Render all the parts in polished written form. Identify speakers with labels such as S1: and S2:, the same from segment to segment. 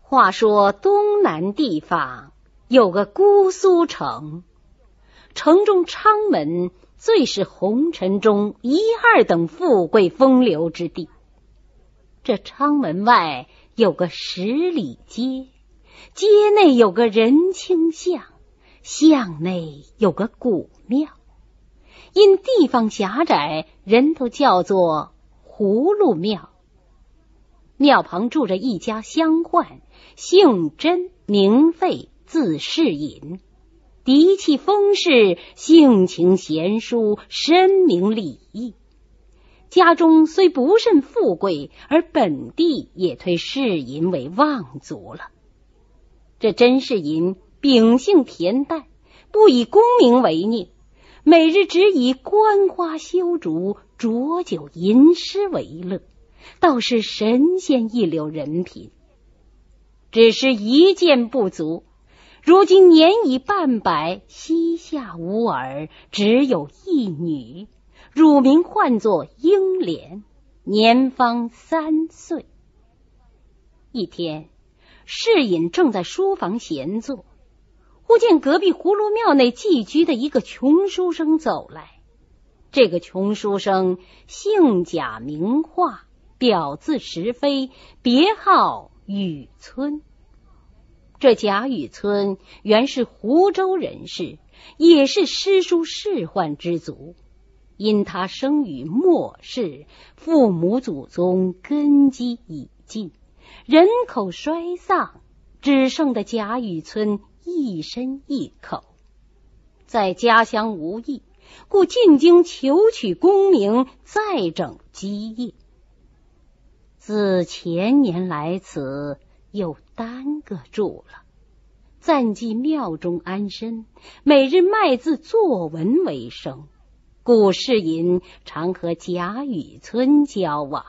S1: 话说东南地方有个姑苏城，城中昌门最是红尘中一二等富贵风流之地。这昌门外有个10里街，街内有个人清巷，巷内有个古庙。因地方狭窄，人都叫做葫芦庙。庙旁住着一家乡宦，姓甄名费，字世隐，嫡气风氏，性情贤淑，深明礼义。家中虽不甚富贵，而本地也推世隐为望族了。这甄世隐秉性恬淡，不以功名为念，每日只以观花修竹、浊酒吟诗为乐，倒是神仙一流人品。只是一件不足，如今年已半百，膝下无儿，只有一女，乳名唤作英莲，年方3岁。一天，世隐正在书房闲坐，忽见隔壁葫芦庙内寄居的一个穷书生走来。这个穷书生姓贾名化，表字石飞，别号雨村。这贾雨村原是湖州人士，也是诗书仕宦之族。因他生于末世，父母祖宗根基已尽，人口衰丧，只剩的贾雨村一身一口。在家乡无益，故进京求取功名，再整基业。自前年来此，又耽搁住了，暂寄庙中安身，每日卖字作文为生，故世隐常和贾雨村交往。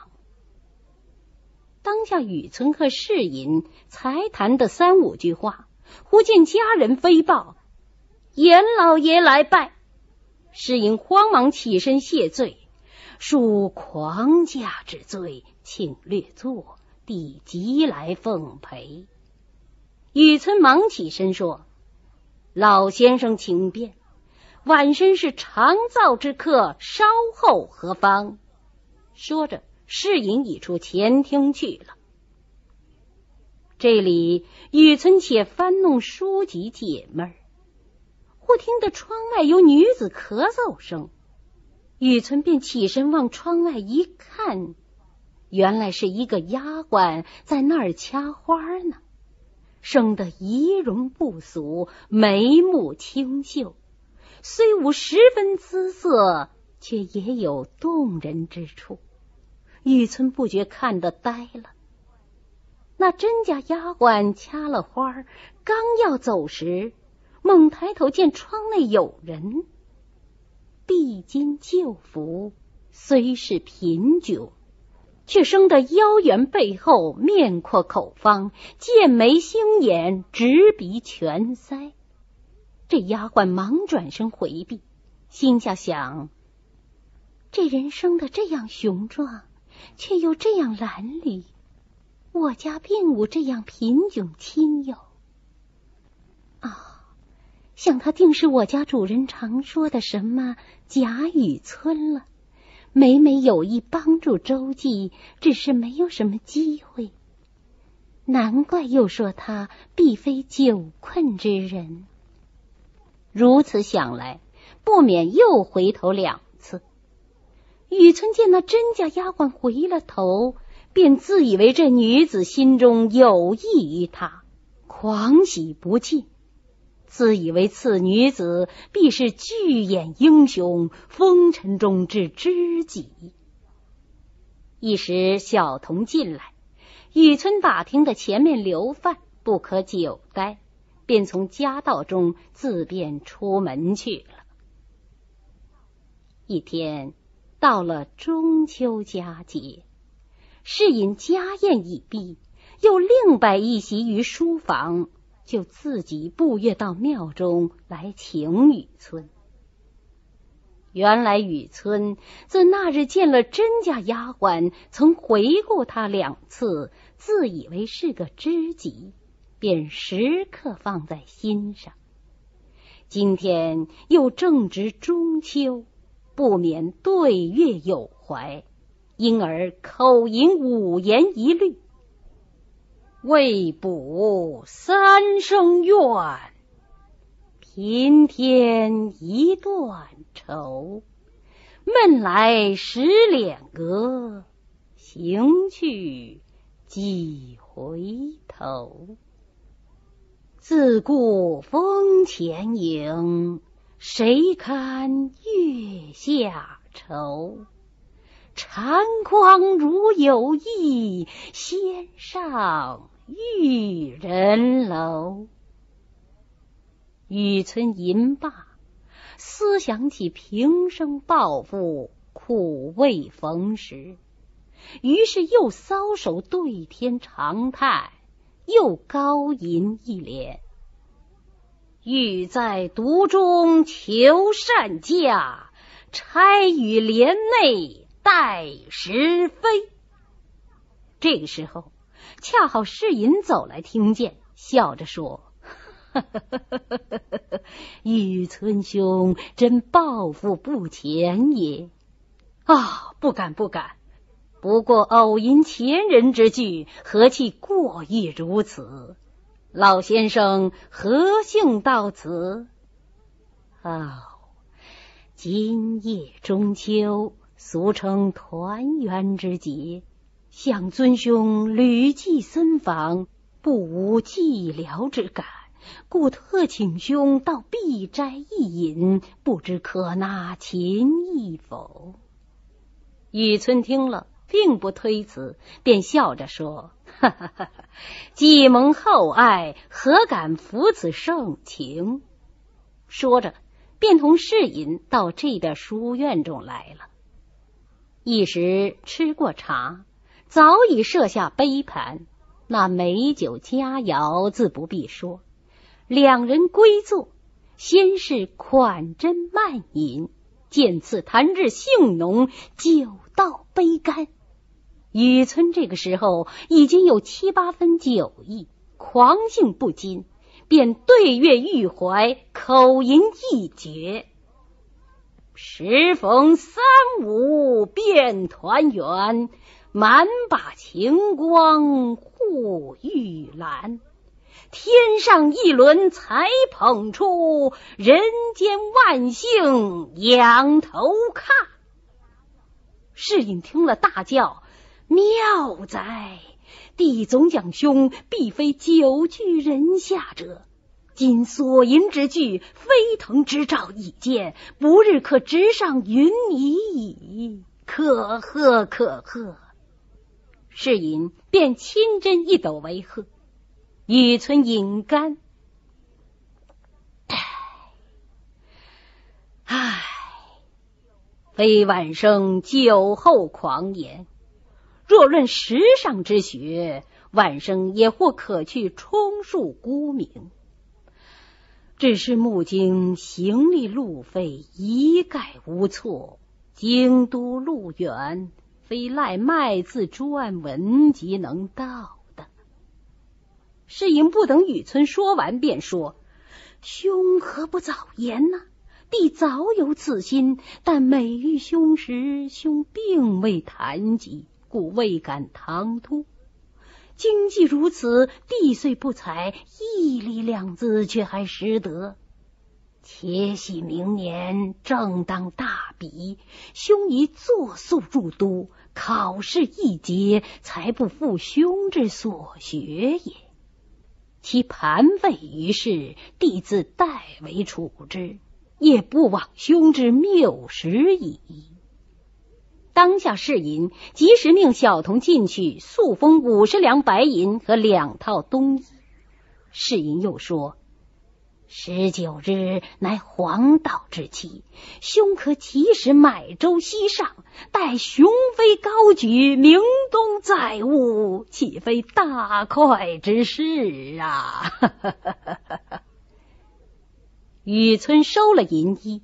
S1: 当下雨村和世隐才谈得3、5句话，忽见家人飞报：严老爷来拜。世隐慌忙起身谢罪，恕狂驾之罪，请略坐，弟即来奉陪。雨村忙起身说：老先生请便，晚身是长灶之客，稍后何方？说着，世隐已出前厅去了。这里雨村且翻弄书籍解闷，忽听得窗外有女子咳嗽声，雨村便起身往窗外一看，原来是一个丫鬟在那儿掐花呢，生得仪容不俗，眉目清秀，虽无十分姿色，却也有动人之处。雨村不觉看得呆了。那甄家丫鬟掐了花，刚要走时，猛抬头见窗内有人，披巾旧服，虽是贫窘，却生得腰圆背厚，面阔口方，剑眉星眼，直鼻全腮。这丫鬟忙转身回避，心下想：这人生得这样雄壮，却又这样褴褛，我家并无这样贫窘亲友。想他定是我家主人常说的什么贾雨村了，每每有意帮助周济，只是没有什么机会。难怪又说他必非久困之人。如此想来，不免又回头2次。雨村见那甄家丫鬟回了头，便自以为这女子心中有意于他，狂喜不尽，自以为此女子必是巨眼英雄，风尘中之知己。一时小童进来，雨村打听的前面留饭，不可久待，便从家道中自便出门去了。一天到了中秋佳节，世隐家宴已毕，又另摆一席于书房，就自己步月到庙中来请雨村。 原来雨村自那日见了甄家丫鬟曾回过他2次，自以为是个知己，便时刻放在心上。今天又正值中秋，不免对月有怀，因而口吟5言一律：为补3生怨，平添1段愁。闷来10脸歌，行去几回头。自顾风前影，谁堪月下愁。蟾蜍如有意，先上玉人楼。雨村吟罢，思想起平生抱负，苦未逢时，于是又搔首对天长叹，又高吟一联：欲在独中求善价，钗与帘内待时飞。这个时候恰好世隐走来听见，笑着说：雨村兄真抱负不浅也。不敢不敢，不过偶吟前人之句，何其过誉如此？老先生何幸到此？今夜中秋，俗称团圆之节，想尊兄屡寄森访，不无寂寥之感，故特请兄到碧斋一饮，不知可纳情意否？雨村听了并不推辞，便笑着说：既蒙厚爱，何敢负此盛情？说着便同世隐到这边书院中来了。一时吃过茶，早已设下杯盘，那美酒佳肴自不必说。2人归坐，先是款斟慢饮，渐次谈至兴浓，酒到杯干。雨村这个时候已经有7、8分酒意，狂兴不禁，便对月欲怀，口吟一绝：时逢3、5便团圆，满把晴光护玉兰。天上一轮才捧出，人间万幸仰头看。世隐听了大叫：妙哉！弟总讲兄必非久居人下者，今所吟之句，飞腾之兆已见，不日可直上云霓矣。可贺可贺！世隐便亲斟一斗为贺。雨村饮干，非晚生酒后狂言，若论时尚之学，晚生也或可去充数沽名。只是目经行李路费一概无错，京都路远，非赖卖字专文即能到。世隐不等雨村说完，便说：兄何不早言呢？弟早有此心，但每遇兄时，兄并未谈及，故未敢唐突。今既如此，弟虽不才，义理2字却还识得。且喜明年正当大比，兄宜作速入都，考试一节，才不负兄之所学也。其盘问于事，弟自代为处之，也不枉兄之谬识矣。当下世隐及时命小童进去速封50两白银和2套冬衣。世隐又说：19日乃黄道之期，兄可及时买舟西上，待雄飞高举，明东载物，岂非大快之事啊！雨村收了银衣，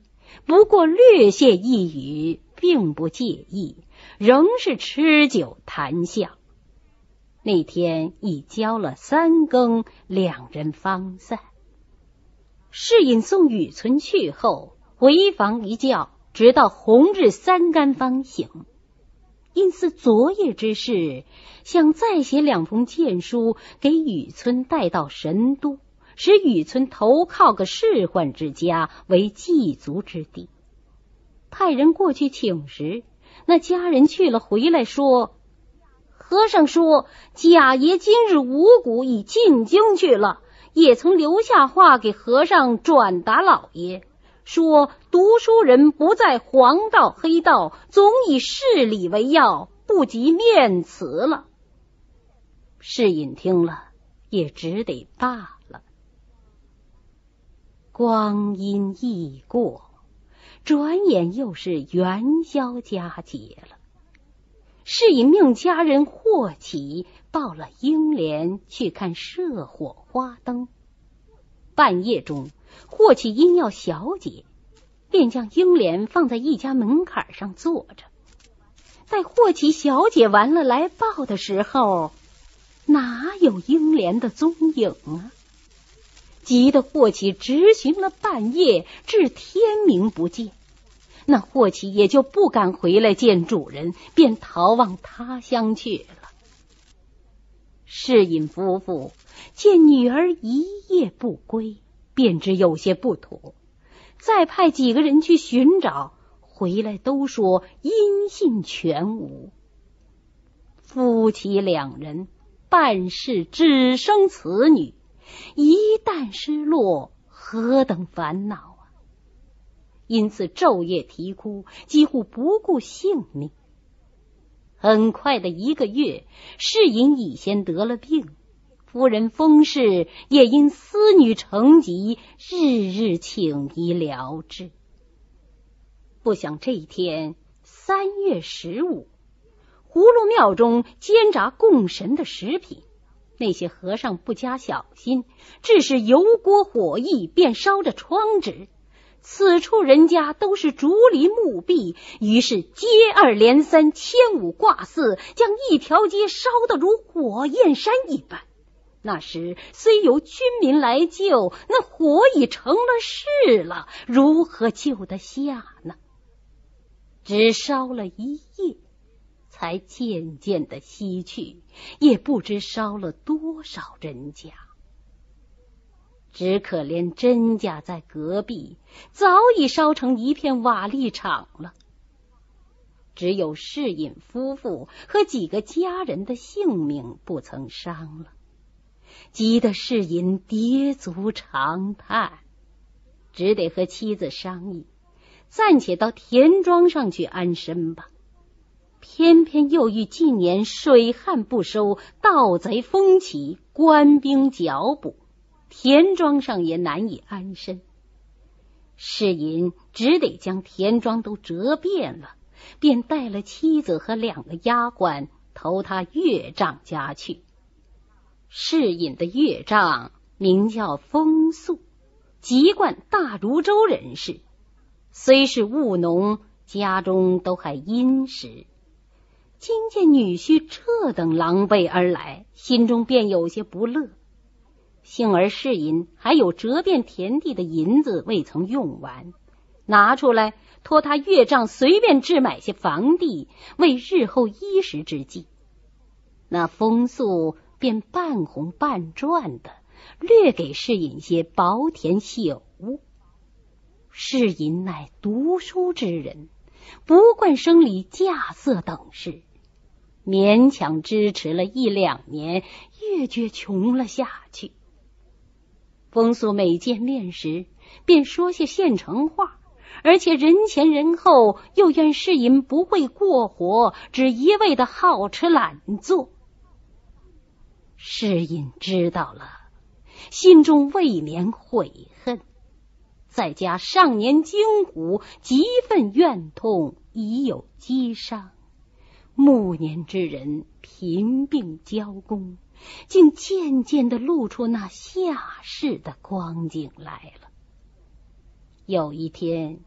S1: 不过略谢一语，并不介意，仍是吃酒谈笑。那天已交了3更，两人方散。士隐送雨村去后，回房一觉，直到红日3竿方醒。因似昨夜之事，想再写2封荐书给雨村带到神都，使雨村投靠个仕宦之家为祭足之地。派人过去请时，那家人去了回来说，和尚说贾爷今日五谷已进京去了，也曾留下话给和尚转达老爷，说读书人不在黄道黑道，总以事理为要，不及面辞了。士隐听了也只得罢了。光阴易过，转眼又是元宵佳节了。士隐命家人霍启报了英莲去看社火花灯。半夜中，霍启因要小姐，便将英莲放在一家门槛上坐着。待霍启小姐完了来报的时候，哪有英莲的踪影啊？急得霍启直寻了半夜，至天明不见。那霍启也就不敢回来见主人，便逃往他乡去了。士隐夫妇见女儿一夜不归，便知有些不妥，再派几个人去寻找，回来都说音信全无。夫妻2人办事只生此女，一旦失落，何等烦恼啊！因此昼夜啼哭，几乎不顾性命。很快的1个月，士隐已先得了病，夫人封氏也因思女成疾，日日请医疗治。不想这一天3月15，葫芦庙中煎炸供神的食品，那些和尚不加小心，致使油锅火溢，便烧着窗纸。此处人家都是竹篱木壁，于是接二连三，牵五挂四，将一条街烧得如火焰山一般。那时虽有军民来救，那火已成了势了，如何救得下呢？只烧了1夜，才渐渐的熄去，也不知烧了多少人家。只可怜甄家在隔壁，早已烧成一片瓦砾场了。只有士隐夫妇和几个家人的性命不曾伤了，急得士隐跌足长叹，只得和妻子商议，暂且到田庄上去安身吧。偏偏又遇近年水旱不收，盗贼蜂起，官兵剿捕，田庄上也难以安身。士隐只得将田庄都折遍了，便带了妻子和2个丫鬟投他岳丈家去。士隐的岳丈名叫风素，籍贯大如州人士，虽是务农，家中都还殷实。今见女婿这等狼狈而来，心中便有些不乐。幸而士隐还有折遍田地的银子未曾用完，拿出来托他岳丈随便置买些房地，为日后衣食之计。那风素便半红半赚的略给士隐些薄田小屋。士隐乃读书之人，不惯生理稼穑等事，勉强支持了1、2年，越觉穷了下去。风素每见面时便说些现成话，而且人前人后又怨士隐不会过活，只一味的好吃懒做。士隐知道了，心中未免悔恨，再加上年惊虎，极愤怨痛，已有积伤。暮年之人贫病交工，竟渐渐地露出那下世的光景来了。有一天，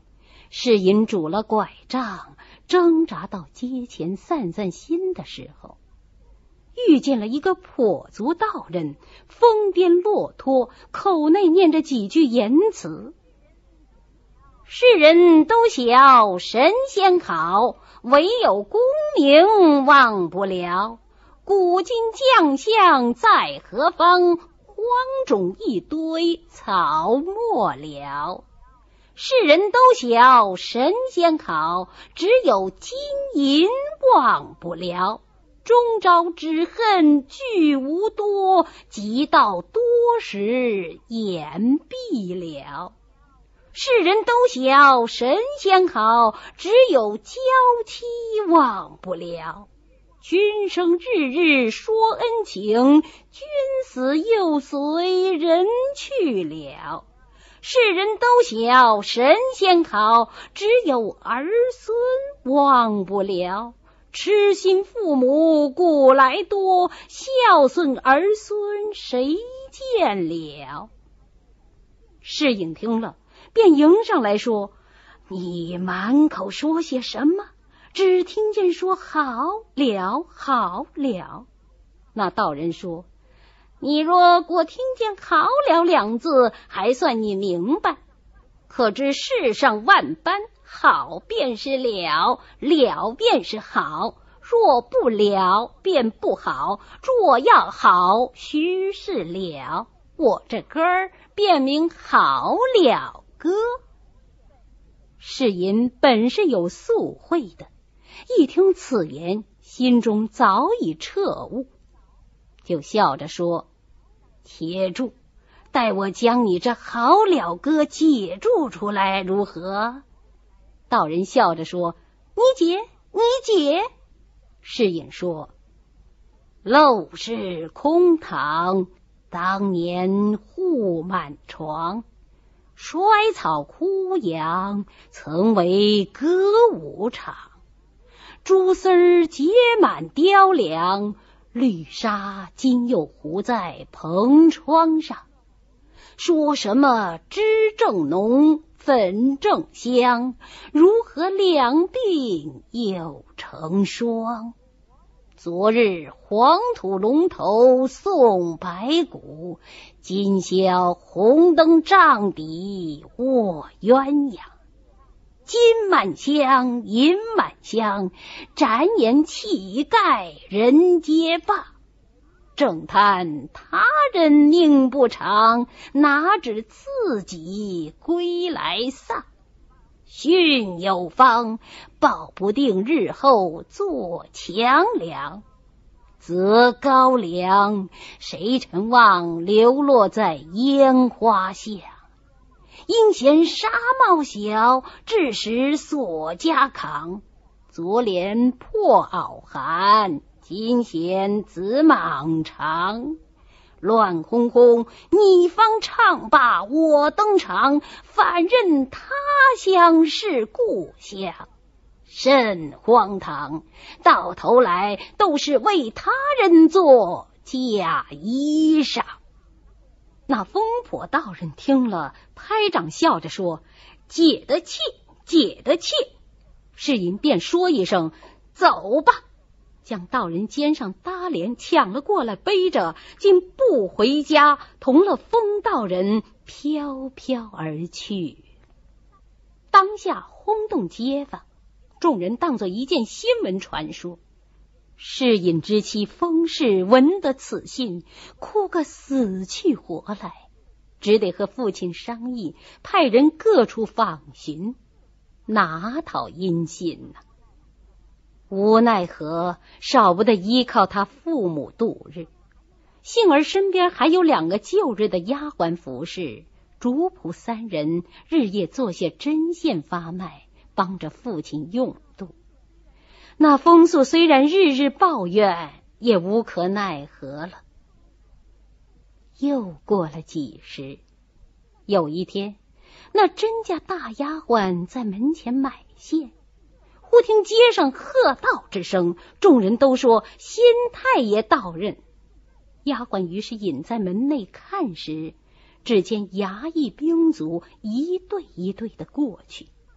S1: 世隐拄了拐杖，挣扎到街前散散心的时候，遇见了一个跛足道人，风颠骆驼，口内念着几句言辞。世人都晓神仙好，唯有功名忘不了。古今将相在何方？荒冢一堆草没了。世人都晓神仙好，只有金银忘不了。终朝之恨俱无多，及到多时眼闭了。世人都晓神仙好，只有娇妻忘不了。君生日日说恩情，君死又随人去了。世人都晓神仙好，只有儿孙忘不了。痴心父母古来多，孝顺儿孙谁见了？世隐听了，便迎上来说：“你满口说些什么？只听见说好了好了。”那道人说：“你若果听见好了两字，还算你明白。可知世上万般，好便是了，了便是好。若不了，便不好；若要好，须是了。我这歌儿便名好了歌。”世隐本是有宿慧的，一听此言，心中早已彻悟，就笑着说：“且住，待我将你这好了歌解注出来，如何？”道人笑着说：“你解，你解。”世隐说：“陋室空堂，当年户满床。衰草枯杨，曾为歌舞场。蛛丝结满雕梁，绿纱今又糊在蓬窗上。说什么脂正浓，粉正香，如何两鬓又成霜？昨日黄土龙头送白骨，今宵红灯帐底卧鸳鸯。金满箱，银满箱，展眼气概人皆罢。正叹他人命不长，哪知自己归来丧。训有方，保不定日后做强梁。择高粱，谁曾望流落在烟花巷？因嫌纱帽小，致使锁家扛。昨怜破袄寒，今嫌紫蟒长。乱哄哄，你方唱罢我登场，反认他乡是故乡。甚荒唐，到头来都是为他人做假衣裳。那疯婆道人听了，拍掌笑着说：“解得气，解得气。”世隐便说一声：“走吧！”将道人肩上搭帘抢了过来，背着竟不回家，同了疯道人飘飘而去。当下轰动街坊，众人当作一件新闻传说。世隐之妻封氏闻得此信，哭个死去活来，只得和父亲商议，派人各处访寻，哪讨音信呢？无奈何，少不得依靠他父母度日。幸而身边还有2个旧日的丫鬟服侍，主仆3人日夜做些针线发卖，帮着父亲用度。那风素虽然日日抱怨，也无可奈何了。又过了几时，有一天，那甄家大丫鬟在门前买线，忽听街上喝道之声，众人都说仙太爷到任。丫鬟于是隐在门内看时，只见衙役兵卒一队一队的过去，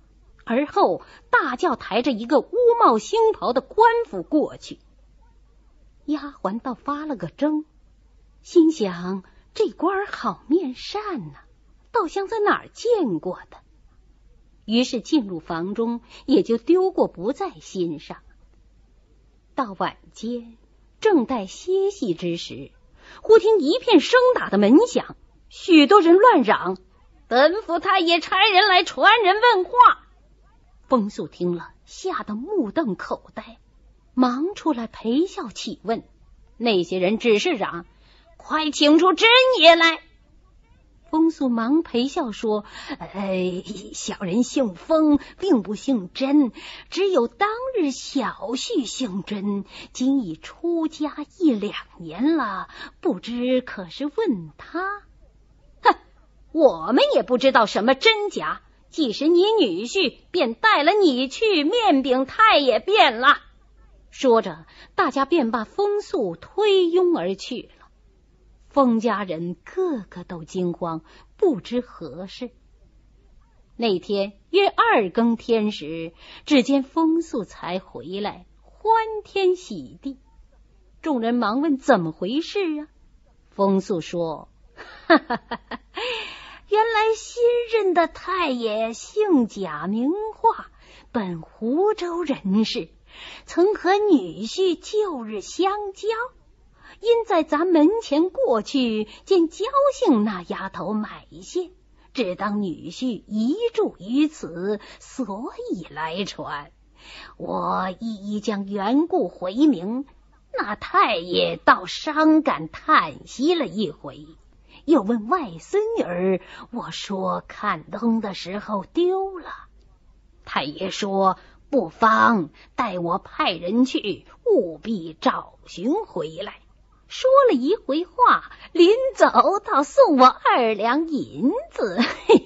S1: 而后大叫抬着一个乌帽星袍的官府过去。丫鬟倒发了个怔，心想这官好面善呐，倒像在哪儿见过的。于是进入房中，也就丢过不在心上。到晚间，正待歇息之时，忽听一片声打的门响，许多人乱嚷：“本府太爷差人来传人问话。”风素听了，吓得目瞪口呆，忙出来陪笑起问。那些人只是嚷：“快请出真爷来！”风素忙陪笑说：“小人姓风，并不姓甄，只有当日小婿姓甄，今已出家1-2年了，不知可是问他？”“哼，我们也不知道什么真假，既是你女婿，便带了你去面禀太爷便了。”说着，大家便把风素推拥而去了。风家人个个都惊慌，不知何事。那天约2更天时，只见风素才回来，欢天喜地。众人忙问怎么回事啊？风素说：“哈哈哈哈，原来新任的太爷姓贾名化，本湖州人士，曾和女婿旧日相交。因在咱门前过去，见焦姓那丫头买线，只当女婿一住于此，所以来传。我一一将缘故回明，那太爷倒伤感叹息了一回，又问外孙女儿，我说看灯的时候丢了。太爷说不妨，待我派人去，务必找寻回来。说了一回话，临走倒送我2两银子。”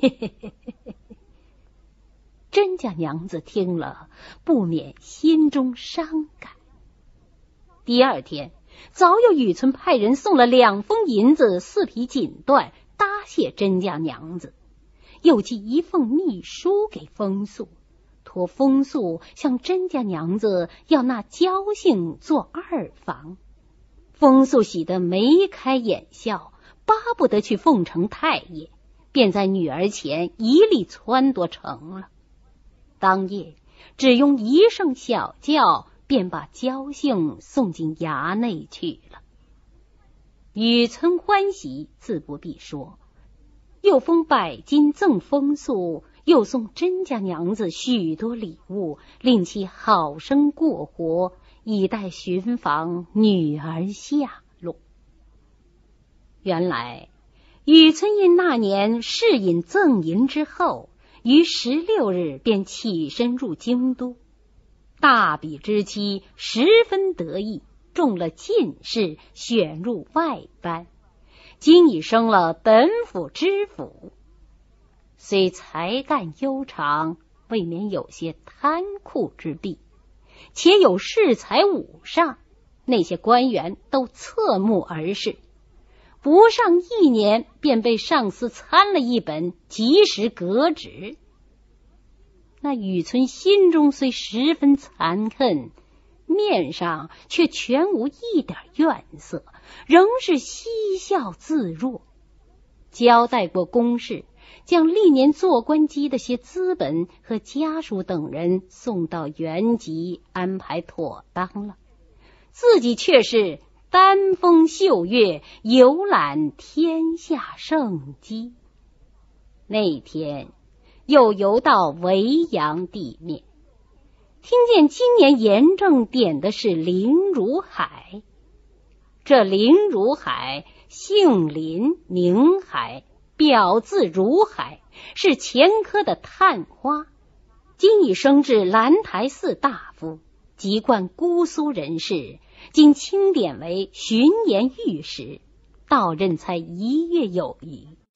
S1: 甄家娘子听了，不免心中伤感。第2天，早有雨村派人送了2封银子、4匹锦缎，答谢甄家娘子，又寄1封密书给风素，托风素向甄家娘子要那焦姓做2房。风素喜得眉开眼笑，巴不得去奉承太爷，便在女儿前一力撺掇成了。当夜只用1声小叫，便把焦姓送进衙内去了。雨村欢喜，自不必说，又封100金赠风素，又送甄家娘子许多礼物，令其好生过活，以待寻访女儿下落。原来雨村因那年试饮赠银之后，于16日便起身入京都，大比之期，十分得意，中了进士，选入外班，今已升了本府知府。虽才干悠长，未免有些贪酷之弊，且有恃才侮上，那些官员都侧目而视。不上1年，便被上司参了一本，及时革职。那雨村心中虽十分惭恨，面上却全无一点怨色，仍是嬉笑自若。交代过公事，将历年做官积的些资本和家属等人送到原籍，安排妥当了，自己却是丹峰秀岳，游览天下盛机。那天又游到维扬地面，听见今年盐政点的是林如海。这林如海姓林名海，表字如海，是前科的探花，今已升至兰台寺大夫，籍贯姑苏人士，经清点为巡盐御史，到任才1月有余。